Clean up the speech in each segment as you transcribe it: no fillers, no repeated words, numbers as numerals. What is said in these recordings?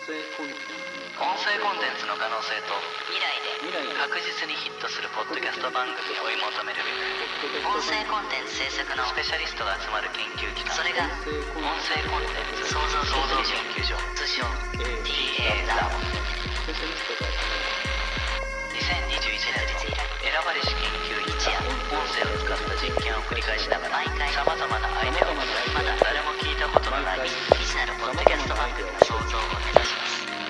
コンテンツの可能性と未来で確実にヒットするポッドキャスト番組を追い求める音声コンテンツ制作のスペシャリストが集まる研究機関、それが音声コンテンツ創造研究所、通称 TA ラボ。2021年の選ばれし研究一夜、音声を使った実験を繰り返しながら毎回さまざまなアイデアを持ち、まだ誰も聞いたことのない未知なるポッドキャスト番組の創造を目指します。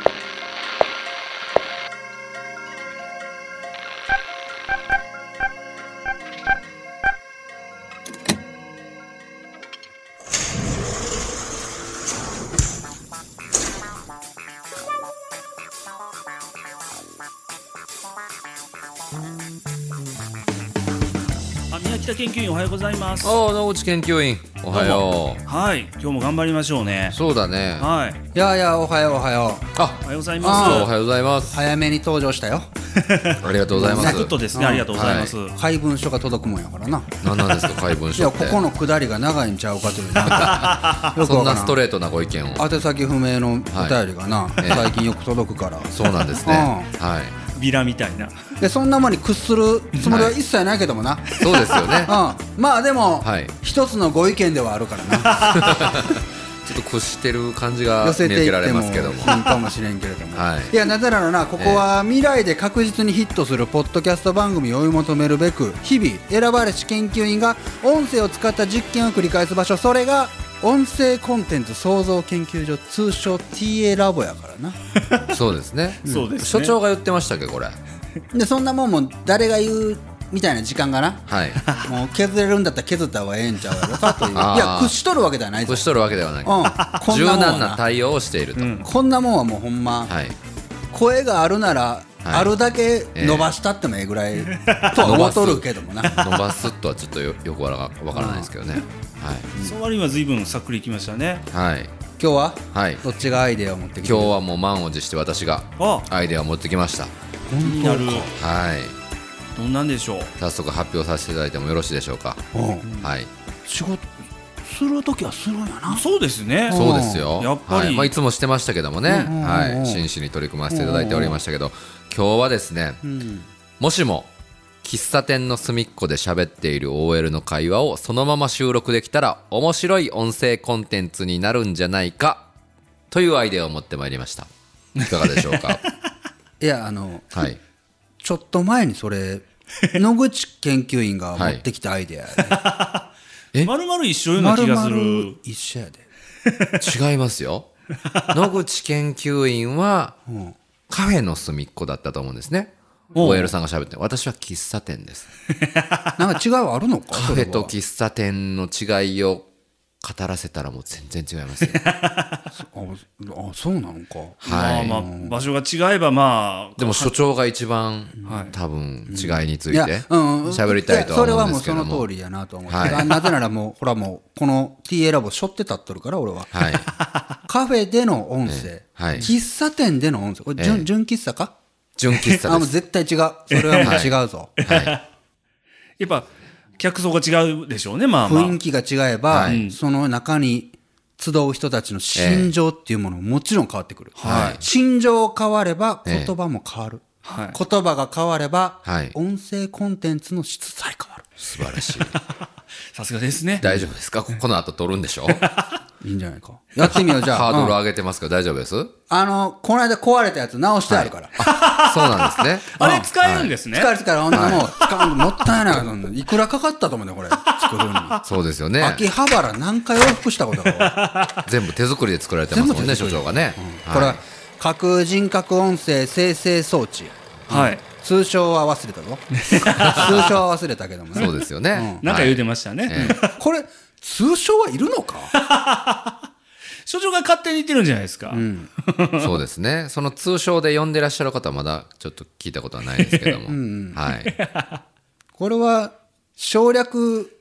宮北研究員おはようございます。 野口研究員おはよう。 はい、今日も頑張りましょうね。 そうだね。 はい。 いやおはよう。 おはようございます。 おはようございます。 早めに登場したよ。 ありがとうございます。 サクッとですね、ありがとうございます。 怪文書が届くもんやからな。 何なんですか怪文書って。 いやここの下りが長いんちゃうかというそんなストレートなご意見を。 宛先不明のお便りがな、最近よく届くから。 そうなんですね。はい。 ビラみたいな。 でそんなもんに屈するつもりは一切ないけどもな。 そうですよね。 まあでも一つのご意見ではあるからな。 ちょっと屈してる感じが見受けられますけども。 いいかもしれんけれども。いやなぜならな、ここは未来で確実にヒットするポッドキャスト番組を追い求めるべく、日々選ばれし研究員が音声を使った実験を繰り返す場所、それが音声コンテンツ創造研究所、通称 TA ラボやからな。 そうですね。 そうですね。 所長が言ってましたっけこれ。 でそんなもんも誰が言うみたいな時間がな、もう削れるんだったら削った方がええんちゃうやろかという。いや屈しとるわけではないぞ。 屈しとるわけではない。柔軟な対応をしていると。 こんなもんはもうほんま、声があるならあるだけ伸ばしたってもええぐらいとは思っとるけどもな。 伸ばすとはちょっとよくわからないですけどね。 その割には随分さっくりいきましたね。 はい。 今日はどっちがアイデアを持ってきて。 今日はもう満を持して私がアイデアを持ってきました。 本当か。 はい。 どんなんでしょう。 早速発表させていただいてもよろしいでしょうか。はい。 仕事するときはするんやな。 そうですね。 そうですよ。 やっぱり、 いつもしてましたけどもね。はい。真摯に取り組ませていただいておりましたけど、今日はですね、もしも喫茶店の隅っこで喋っている OL の会話をそのまま収録できたら面白い音声コンテンツになるんじゃないかというアイデアを持ってまいりました。いかがでしょうか。 いやちょっと前にそれ野口研究員が持ってきたアイデアやで。 丸々一緒ような気がする。 丸々一緒やで。 違いますよ。野口研究員はカフェの隅っこだったと思うんですね。OL さんが喋って、私は喫茶店です。 なんか違いはあるのか。 カフェと喫茶店の違いを語らせたらもう全然違いますよ。 そうなのか。 場所が違えばでも所長が一番多分違いについて喋りたいとは思うんですけども。 それはもうその通りやなと思って。なぜならもうほらもうこの TA ラボしょって立っとるから俺は。カフェでの音声、喫茶店での音声、これ純喫茶か。 純喫茶です。 もう絶対違う。それはもう違うぞ。 やっぱ客層が違うでしょうね。 雰囲気が違えば、その中に集う人たちの心情っていうものももちろん変わってくる。心情変われば言葉も変わる。言葉が変われば音声コンテンツの質さえ変わる。 素晴らしい。 さすがですね。 大丈夫ですか。この後撮るんでしょ。 いいんじゃないか。やってみよう。じゃあハードル上げてますけど大丈夫です。 この間壊れたやつ直してあるから。 そうなんですね。 あれ使えるんですね。 使えるからもうもったいない。いくらかかったと思うねこれ作るのに。 そうですよね。 秋葉原何回往復したことか。 全部手作りで作られてますもんね所長がね。 これは核人格音声生成装置。通称は忘れたぞ。通称は忘れたけどもね。 そうですよね。 なんか言うてましたね。 これ通称はいるのか。 所長が勝手に言ってるんじゃないですか。 そうですね。その通称で呼んでらっしゃる方はまだちょっと聞いたことはないですけども。 これは省略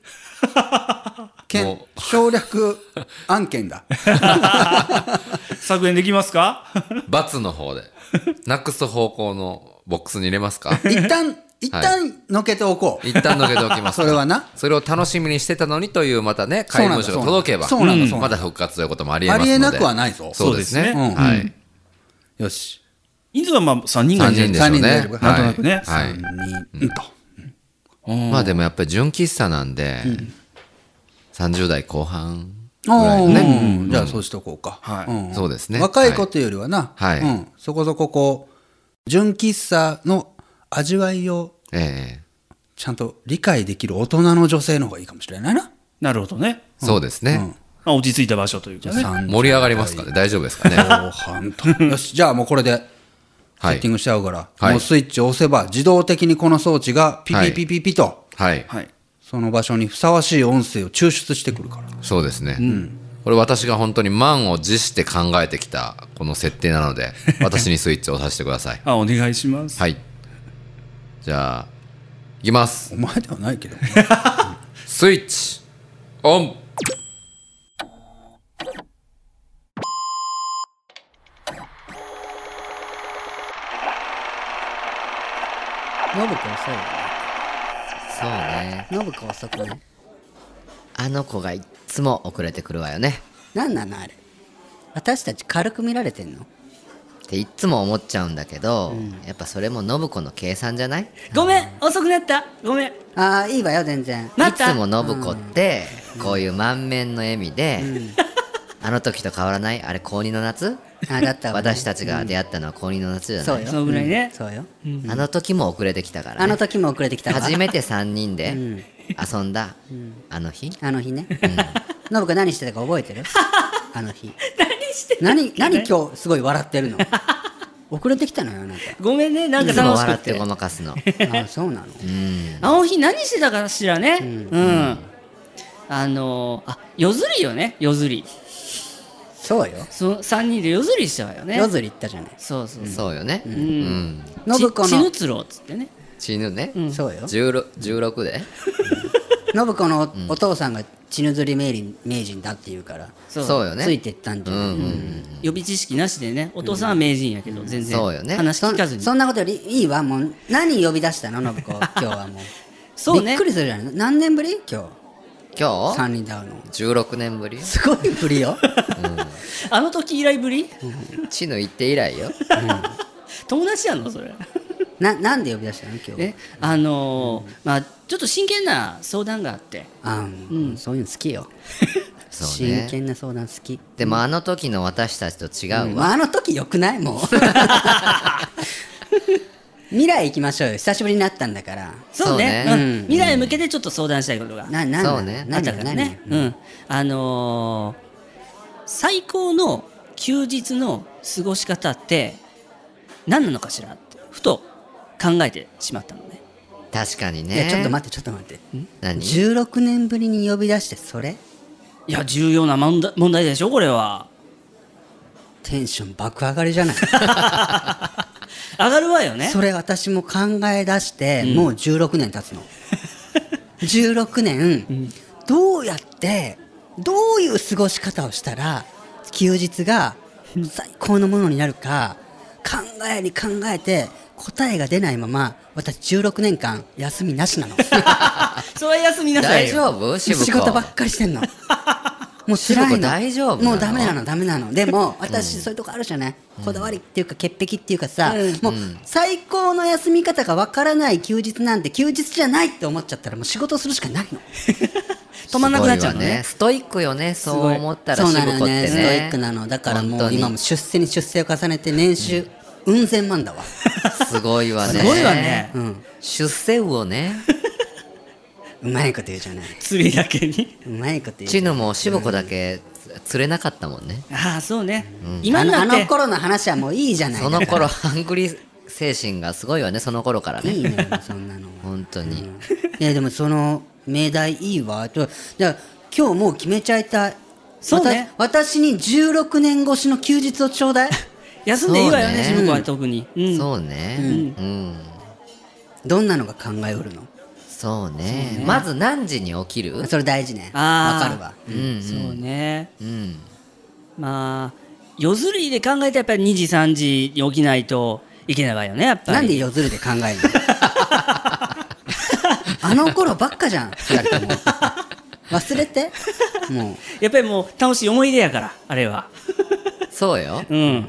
案件だ。 削減できますか。 ×の方でなくす方向のボックスに入れますか。 一旦のけておこう。 一旦のけておきます。 それはな。 それを楽しみにしてたのにというまたね、怪文書が届けば、また復活ということもありえますので。 ありえなくはないぞ。 そうですね。 よし。 人数はまあ3人がいいんじゃない 3人でしょうね。 三人で大丈夫なんとなくねはい。 3人と。 まあでもやっぱり純喫茶なんで、30代後半ぐらいのね。 ね。じゃあそうしておこうか。 はいんそうですね。 若い子というよりはな、 はいうん、そこそここう純喫茶の味わいをええ、 ちゃんと理解できる大人の女性の方がいいかもしれないな。 なるほどね。 そうですね。 まあ落ち着いた場所というかね。 盛り上がりますかね。大丈夫ですかね。 後半と。よし、じゃあもうこれでセはいッティングしちゃうから、 はいもうスイッチを押せば自動的にこの装置がピピピピピと、 はい。 はい。 その場所にふさわしい音声を抽出してくるから。 そうですね。これ私が本当に満を持して考えてきたこの設定なので、私にスイッチを押させてください。 あ、お願いします。 はい。じゃあ、いきます。 お前ではないけど。 スイッチ、オン。 信子遅いよね。 そうね。 信子遅くね。 あの子がいっつも遅れてくるわよね。 なんなのあれ。私たち軽く見られてんの？ っていっつも思っちゃうんだけど、やっぱそれも信子の計算じゃない？ ごめん遅くなったごめんああ、いいわよ、全然。 い待ったつも信子ってこういう満面の笑みで、あの時と変わらないあれ高2の夏？ あだったわね私たちが出会ったのは高2の夏じゃない？ そうよ。 そのぐらいねそうよ。 あの時も遅れてきたからね。 あの時も遅れてきたわ。 初めて3人で遊んだあの日。 あの日ね。信子何してたか覚えてる？あの日。 何してた何今日すごい笑ってるの？遅れてきたのよ、あなごめんねなんかいつも楽しくって笑ってごまかすの。 た。あ、そうなの。 あの日何してたかしらねうん夜釣りよね夜釣りそうよ。 その3人で夜釣りしたわよね夜釣り行ったじゃない。 そうそうそうそうよね。 うん信子のちぬつろうっつってね死ぬね。 そうよ。 16で。 信子のお父さんが血ぬ釣り名人だって言うからそうよね。 ついてったんじゃない。 予備知識なしでねお父さんは名人やけど全然そうよね話聞かずにそんなことよりいいわ。もう何呼び出したの信子今日はもう。 そうねびっくりするじゃない。何年ぶり今日今日 3人で会うの。 16年ぶり。 すごいぶりよ。 あの時以来ぶり地の行って以来よ。 友達やのそれなんで呼び出したの今日。 ねまあちょっと真剣な相談があってそういうの好きよ。 そう真ね。 剣な相談好き。 でもあの時の私たちと違うわ。 まああの時よくないもう。未来行きましょうよ。久しぶりになったんだから。 そうねそううん未来へ向けてちょっと相談したいことがなんそうねあったからね最高の休日の過ごし方って何なのかしらってふと考えてしまったのね確かにいやね。 ちょっと待って何 16年ぶりに呼び出してそれいや重要な問題でしょこれはテンション爆上がりじゃない。 上がるわよねそれ私も考え出してもう16年経つの。16年どうやってどういう過ごし方をしたら休日が最高のものになるか考えて答えが出ないまま私16年間休みなしなの。 それは休みなさい大よ丈夫？渋子。 仕事ばっかりしてんの。もう辛い渋子の。 大丈夫なのもうダメなの。でも私そういうとこあるじゃない。こだわりっていうか潔癖っていうかさ、もう最高の休み方がわからない休日なんて休日じゃないって思っちゃったらもう仕事するしかないの。 止まんなくなっちゃうのすごいわねストイックよね。そう思ったらそうな渋子ってね。 のよね。ストイックなの。だからも本当にう今も出世に出世を重ねて年収うん千万だわ。 すごいわね。 すごいわね出世魚ね。 うまいこと言うじゃない。 釣りだけにうまいこと言う。 チヌも渋子だけ釣れなかったもんね。 ああそうね今になあっての頃の話はもういいじゃない。 そのだから頃ハングリー精神がすごいわね。その頃からね。 いいのよそんなの。 本当に。 いやでもその命題いいわ。じゃあ今日もう決めちゃいたい。 そうね私に16年越しの休日をちょうだい。 休んでいいわよねそうね渋子は特にそうね。うん。 どんなのが考えうるの？ そうね。まず何時に起きる？ それ大事ね。 あーわかるわ。 そうねうん。 まあ夜釣りで考えたらやっぱり2時3時に起きないといけないわよねやっぱりなんで夜釣りで考えるの？あの頃ばっかじゃん2人とも。忘れてもうやっぱりもう楽しい思い出やからあれはそうよ。 うん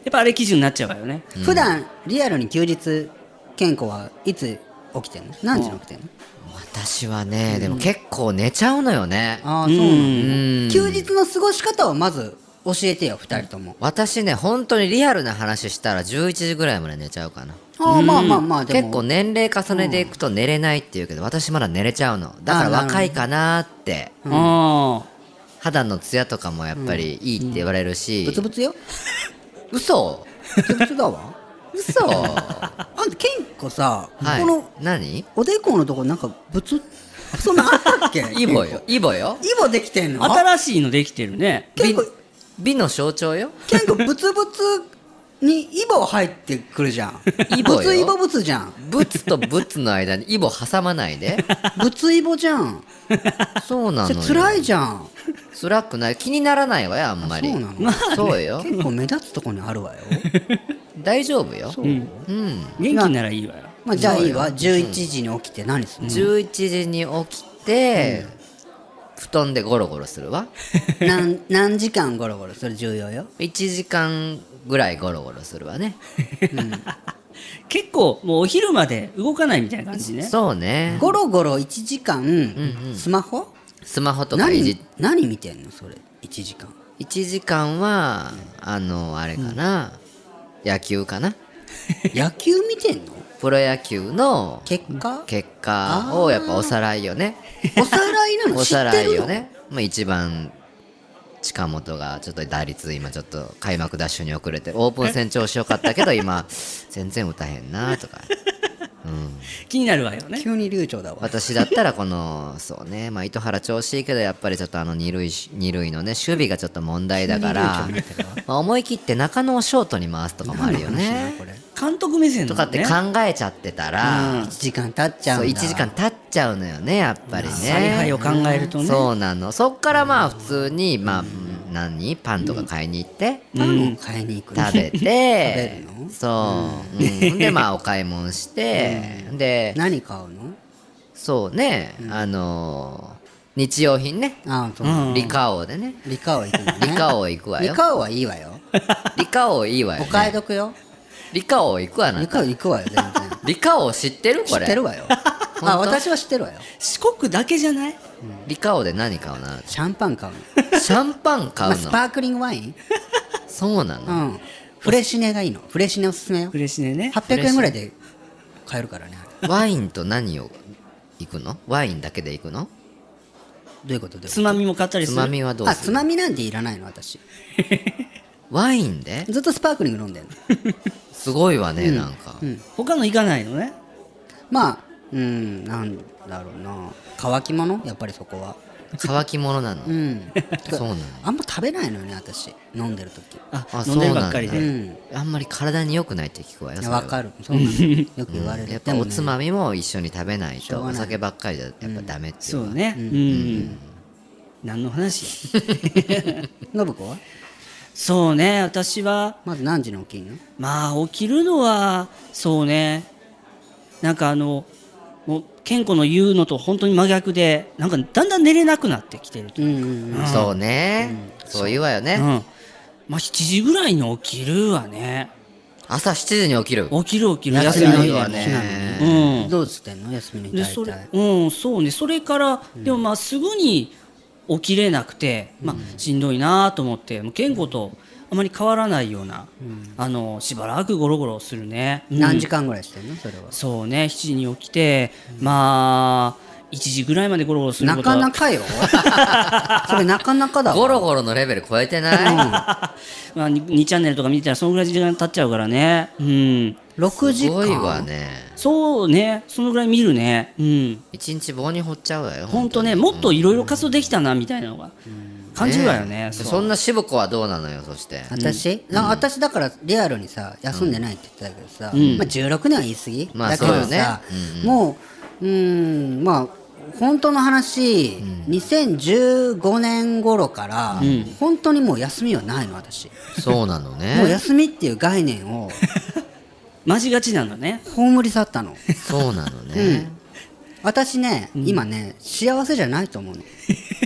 っぱあれ基準になっちゃうからよね。 普段リアルに休日健康はいつ起きてんの？何時に起きてんの？ 私はね、でも結構寝ちゃうのよね。 ああそうなの。休日の過ごし方をまず教えてよ2人とも。 私ね、本当にリアルな話したら11時ぐらいまで寝ちゃうかな。 ああまあまあまあでも結構年齢重ねていくと寝れないっていうけど、私まだ寝れちゃうの。だから若いかなって。 あ肌のツヤとかもやっぱりいいって言われるし。 ブツブツよ。 嘘ブツブツだわ。 嘘あんた健康さ、 はい。 この何おでこのとこなんかブツそんなあったっけ？ イボよ。イボよ。 イボできてんの？ 新しいのできてるね。 結構美の象徴よ。 結構ブツブツにイボ入ってくるじゃん。 イボよブツイボブツじゃん。 ブツとブツの間にイボ挟まないで。 ブツイボじゃん。 そうなのよ。 それ辛いじゃん。 辛くない。気にならないわよ、あんまり。 そうなの。 そうよ。 結構目立つとこにあるわよ。 大丈夫よ。 元気ならいいわよ。 まあじゃあいいわ。11時に起きて何するの 11時に起きて、布団でゴロゴロするわ。 何時間ゴロゴロそれ重要よ。 1時間ぐらいゴロゴロするわね。 結構もうお昼まで動かないみたいな感じね。 そうね。 ゴロゴロ1時間スマホスマホとかいじ何見てんのそれ1時間。 1時間はあれかな、野球かな。 野球見てんの？ プロ野球の結果をやっぱおさらいよね。 おさらいなの？ おさら知ってるの？ いよね。まあ一番近本がちょっと打率今ちょっと開幕ダッシュに遅れて、オープン戦調子良かったけど今全然打たへんなとか。 気になるわよね。 急に流暢だわ。 私だったらこのそうね、まあ糸原調子いいけどやっぱりちょっと二塁のね守備がちょっと問題だからまあ思い切って中野をショートに回すとかもあるよねこれ監督目線とだね。 かって考えちゃってたら、 1時間経っちゃそううんだ。 1時間経っちゃうのよねやっぱり采配ね。 を考えるとね。 そうなの。そっからまあ普通にまあパンとか買いに行ってパンを買いに行くの？ 食べて食べるの？ そうでまあお買い物してで何買うの？ そうね日用品ね。 ああそう。 リカオでね。 リカオ行くのね。 リカオ行くわよ。 リカオはいいわよ。 リカオいいわよ、 おね。 買い得よ。 リカオ行くわな。 リカオ行くわよ全然。 リカオ知ってるこれ。 知ってるわよ。あ私は知ってるわよ。 四国だけじゃない？ リカオで何買うの？ シャンパン買うの。 シャンパン買うまあの。 スパークリングワイン？ そうなの。 フレシネがいいの。フレシネおすすめよ。 フレシネね。 800円ぐらいで買えるからね。あれワインと何を行くの？ワインだけで行くの？ どういうことで？ つまみも買ったりする。 つまみはどうあつする？ まみなんていらないの私。 ワインで？ ずっとスパークリング飲んでんの。 すごいわね、なんか。 他の行かないのね。 まあなんだろうな。乾き物やっぱりそこは。 乾き物なの。そうなの。 あんま食べないのよね私飲んでる時。 ああ飲んでるばっかりそうで。 あんまり体に良くないって聞くわよ。それはわかる。そうなの。よく言われる。 やっぱおつまみも一緒に食べないとおしょうがない酒ばっかりじゃやっぱダメっていうのは。 そうね。何の話や。 信子はそうね。私はまず何時に起きんの？ まあ起きるのはそうね。なんかもう健康の言うのと本当に真逆で、なんかだんだん寝れなくなってきてるというか。 そうね。そう言うわよね。 まあ7時ぐらいに起きるわね。 朝7時に起きる。 起きる休休みの日はみの日はね。どうしてんの休みの日で大体。 そうね。それからでもまあすぐに起きれなくて、まあしんどいなと思って、もう健康とあまり変わらないようなしばらくゴロゴロするね。 何時間ぐらいしてんのそれは？ そうね。7時に起きて、まあ1時ぐらいまでゴロゴロするなことはかなかよ。それなかなかだわ。 ゴロゴロのレベル超えてない？ まあ、2チャンネルとか見てたらそのぐらい時間経っちゃうからね。 6時すごいわ間。 ね。 そうね。そのぐらい見るね。 一日棒に掘っちゃうわよ。 ほんとね、もっといろいろ活動できたなみたいなのが感じるわよね。 でそんな渋子はどうなのよそして。 私だからリアルにさ休んでないって言ってたけどさ、まあ16年は言い過ぎ、 まあだけどそうよねさ、もうまあ本当の話、2015年頃から、本当にもう休みはないの私。 そうなのね。 もう休みっていう概念を待ちがちなんだね。 葬り去ったの。 そうなのね。 私ね、今ね幸せじゃないと思うの。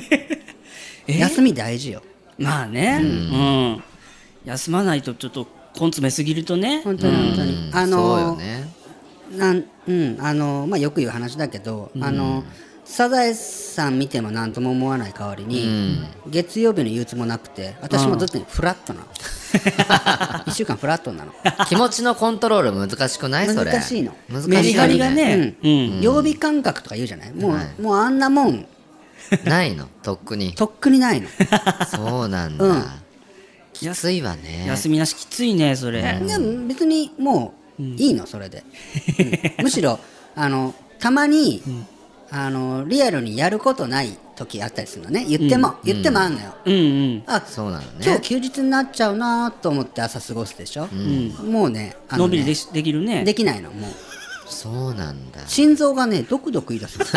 休み大事よ。 まあね、休まないとちょっと根詰めすぎるとね。 本当に本当にそうよね。 よく言う話だけど、サザエさん見ても何とも思わない代わりに、月曜日の憂鬱もなくて、私もずっとフラットなの1週間フラットなの。 気持ちのコントロール難しくない？それ難しいの。 難しいメリハリがね、 曜日感覚とか言うじゃない。もうあんなもんないの、とっくに。 とっくにないの。 そうなんだ、きついわね。 休みなしきついねそれ。 でも別にもういいのそれで、むしろたまに、リアルにやることない時あったりするのね。言ってもあんのよ。あ、 そうなのね。 今日休日になっちゃうなと思って朝過ごすでしょ。もうね、 のんびりできるね。 できないの。もうそうなんだ。 心臓がねドクドク言い出すの。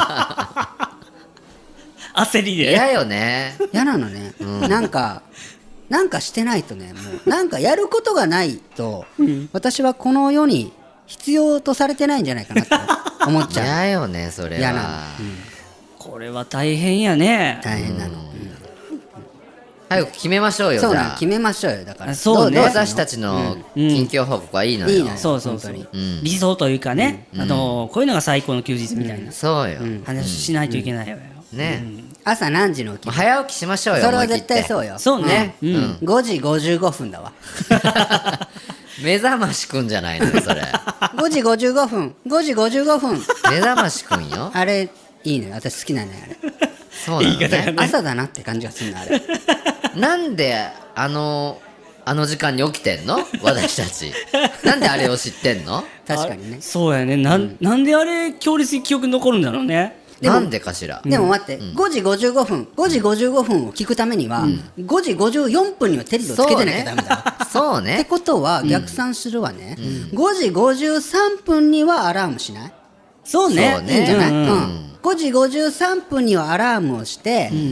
焦りで。 嫌よね。 嫌なのね。なんかしてないとね、もうなんかやることがないと、私はこの世に必要とされてないんじゃないかなと思っちゃう。 嫌よねそれは。 嫌なの。 これは大変やね。 大変なの。 早く決めましょうよ。 そうなの、 じゃあ決めましょうよ。だからそうねどうすんの私たちの近況報告はいいのよ。 いいのよ。 そうそうそう。理想というかね、こういうのが最高の休日みたいなそうよ。 話しないといけないよ。 ね。 朝何時の起き？ 早起きしましょうよ。 それは絶対そうよ。 そうね。 5時55分だわ。 目覚ましくんじゃないのよそれ。 5時55分5時55分目覚ましくんよ。 あれいいのよ。私好きなのよあれ。 そうなのね。 朝だなって感じがするのあれ。 なんであの時間に起きてんの私たち。なんであれを知ってんの？ 確かにね。 そうやね。なんであれ強烈に記憶に残るんだろうね。 なんでかしら。 でも待って、5時55分5時55分を聞くためには、5時54分にはテレビをつけてなきゃダメだ。 そうね。 ってことは逆算するわね、5時53分にはアラームしない？ そうね。 そうねいいんじゃない？5時53分にはアラームをして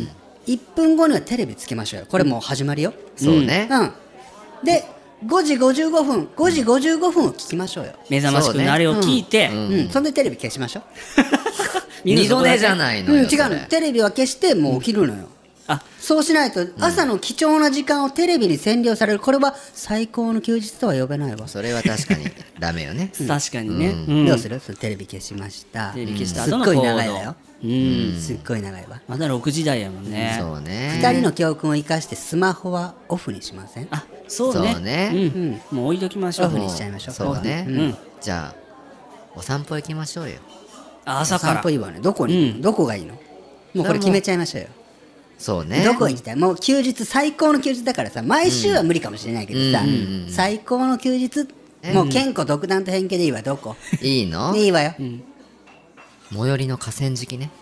、1分後にはテレビつけましょうよ。これもう始まりよ。 そうね。 で5時55分5時55分を聞きましょうよ。 目覚ましくんのあれを聞いて、 そんでテレビ消しましょう。 二度寝じゃないのよ。 違うの。テレビは消してもう起きるのよ。そうしないと朝の貴重な時間をテレビに占領される。これは最高の休日とは呼べないわ。 それは確かにダメよね。 確かにね。 どうする？そのテレビ消しました。 テレビ消したすっごい後の行動。 長いわよ。すっごい長いわ。 まだ6時台やもんね。 そうね。 2人の教訓を生かしてスマホはオフにしません？ あ、そうね。 そうね。 もう置いときましょう。 オフにしちゃいましょう。 そうね。じゃあお散歩行きましょうよ。 朝から散歩いいわね。どこに？どこがいいの？もうこれ決めちゃいましょうよ。 そうね。 どこ行きたい？もう休日最高の休日だからさ、毎週は無理かもしれないけどさ、最高の休日、もう健康独断と偏見でいいわ。どこ？ いいの？ いいわよ。 最寄りの河川敷ね。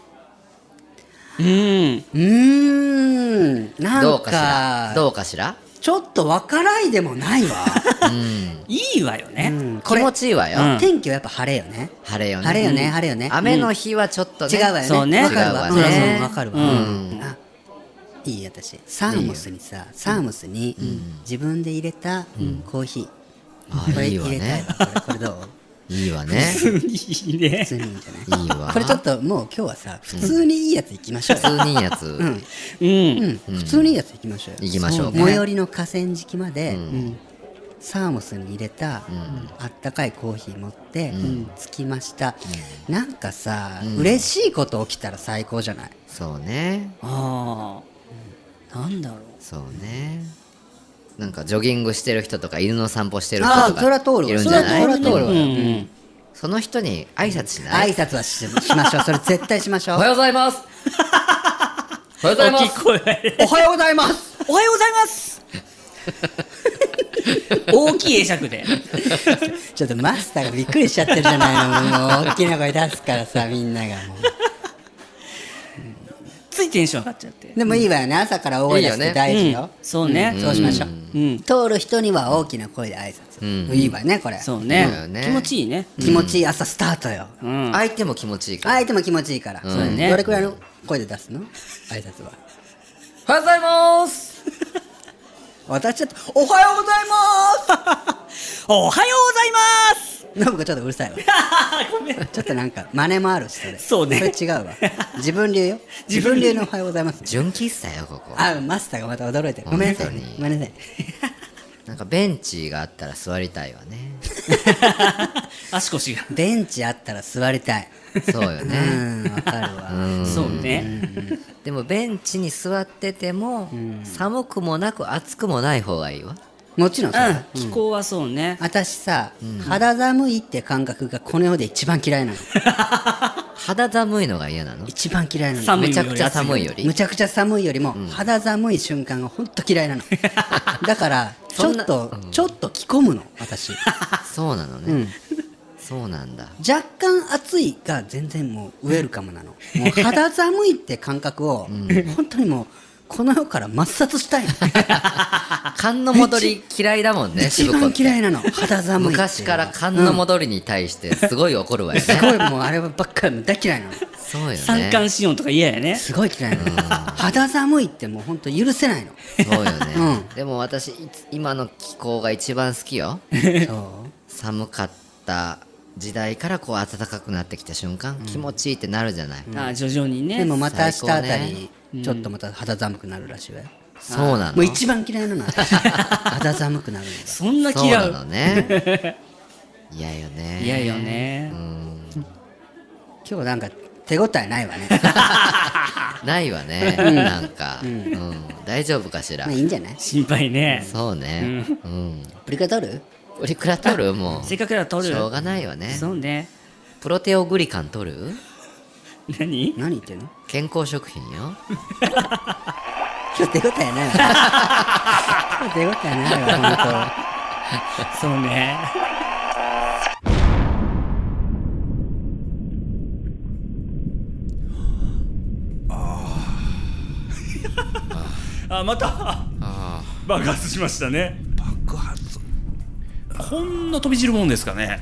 なんどうかしら。 かどうかしら。 ちょっとわからいでもないわ。 いいわよね。 気持ちいいわよ。 天気はやっぱ晴れよね。 晴れよね。 晴れよね、晴れよね。 雨の日はちょっとね。 違うわよね。 そうねわかるわ。 違うわねわかるわ。あ、いい私。サーモスにさ、サーモスに自分で入れたコーヒー。これいいわ入れたいね。 わ。これどう？ いいわね。 いいね普。通にいいんじゃない？ いいわ。 これちょっともう今日はさ、普通にいいやついきましょうよ。 普通にいいやつ。 普通にいいやついきましょうよ。 行きましょうか。 最寄りの河川敷までサーモスに入れたあったかいコーヒー持って着きました。なんかさ、嬉しいこと起きたら最高じゃない？ そうね。 ああ。なんだろう。 そうね。なんかジョギングしてる人とか犬の散歩してる人ああ、 とそれはか通るわ。 いるんじゃない？ それは通るわよ。 その人に挨拶しない？ 挨拶はしましょう。それ絶対しましょう。 おはようございます。おはようございま大きいす。 声。 おはようございます。 おはようございます。大きい会釈で。 ちょっとマスターがびっくりしちゃってるじゃないの。もう大きな声出すからさ、みんながもう。 ついテンション上がっちゃって。 でもいいわよね。朝から大声出すって大事よ。 そうね。 そうしましょう。通る人には大きな声で挨拶。いいわね、これ。 そうそうだよね。 ね気持ちいいね。 気持ちいい朝スタートよ。 相手も気持ちいいから。 相手も気持ちいいから。 うねどれくらいの声で出すの？挨拶は。 おはようございます。 私ちょっとおはようございまおはようございます。 す。ノブがちょっとうるさいわ。ちょっとなんか真似もあるしそれ。 そうねそれ違うわ。自分流よ。自分流のおはようございます。 純喫茶よここ。 あ、マスターがまた驚いてる。ごめんなさいね。 本当にごめんなさい。 なんかベンチがあったら座りたいわね。 足腰がベンチあったら座りたい。 そうよね。 わかるわ。 そうね、 でもベンチに座ってても寒くもなく暑くもない方がいいわ。 もちろんそうだ。 気候はそうね。 私さ、肌寒いって感覚がこの世で一番嫌いなの。 肌寒いのが嫌なの？ 一番嫌いなの。 寒いよりめちゃくちゃ寒いよりむちゃくちゃ寒いよりも肌寒い瞬間がほんと嫌いなの。だからちょっと着込むの私。 そうなのね。そうなんだ。 若干暑いが全然もうウェルカムなの。もう肌寒いって感覚を本当にもうこの世から抹殺したいの。 寒の戻り嫌いだもんね。 一番嫌いなの肌寒いって。 昔から寒の戻りに対してすごい怒るわよね。 すごいもうあればっかり大嫌いなの。 そうよね。 三寒四温とか嫌やね。 すごい嫌いなの。肌寒いってもう本当許せないの。 そうよね。でも私今の気候が一番好きよ。寒かった時代からこう暖かくなってきた瞬間、気持ちいいってなるじゃない。 あ徐々にね。 でもまた明日あた最りちょっとまた肌寒くなるらしいわよ。 そうなの。 もう一番嫌いなの私。肌寒くなるのが。 そんなそうな嫌う。 のね。嫌よね。 嫌よね。 今日なんか手応えないわね。 ないわね。なんか、大丈夫かしらまあ。いいんじゃない？ 心配ね。 そうね。 プリクラ撮る？ プリクラ取る？もうせっかくなら取る。 しょうがないわね。 そうね。 プロテオグリカン取る？ 何？ 何言ってんの？ 健康食品よ。 今日手応えないわ。今日手応えないわそうね。あまた爆発しましたね。 爆発こんな飛び散るもんですかね。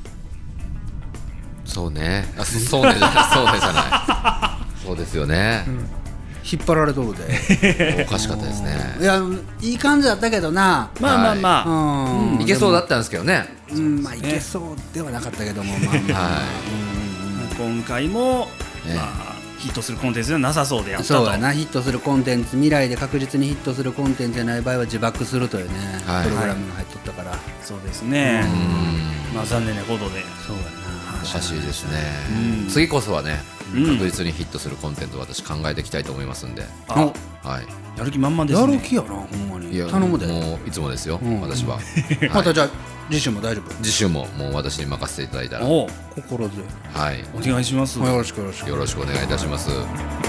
そうね。そうねじゃない。そうねじゃない。そうですよね。 引っ張られとるで。 おかしかったですね。 いやいい感じだったけどな。 まあまあまあ、 いけそうだったんですけどね。 まあいけそうではなかったけども、まあは今回も、 ねまあ、ヒットするコンテンツではなさそうであったと。 そうやな。ヒットするコンテンツ、未来で確実にヒットするコンテンツじゃない場合は自爆するというね、 はいプログラムが入っとったから。 そうですね。まあ残念なことで。 そうやおかしいですね。次こそはね、確実にヒットするコンテンツを私考えていきたいと思いますんで。 あはい。 やる気満々でな。 すね。 やる気やな、ほんまに。 いや頼むで。 もういつもですよ。私は。 またじゃあ次週も大丈夫。 次週ももう私に任せていただいたら。 お心強い。 はい。 お願いします。 よろしくよろしく。 よろしくお願いいたします。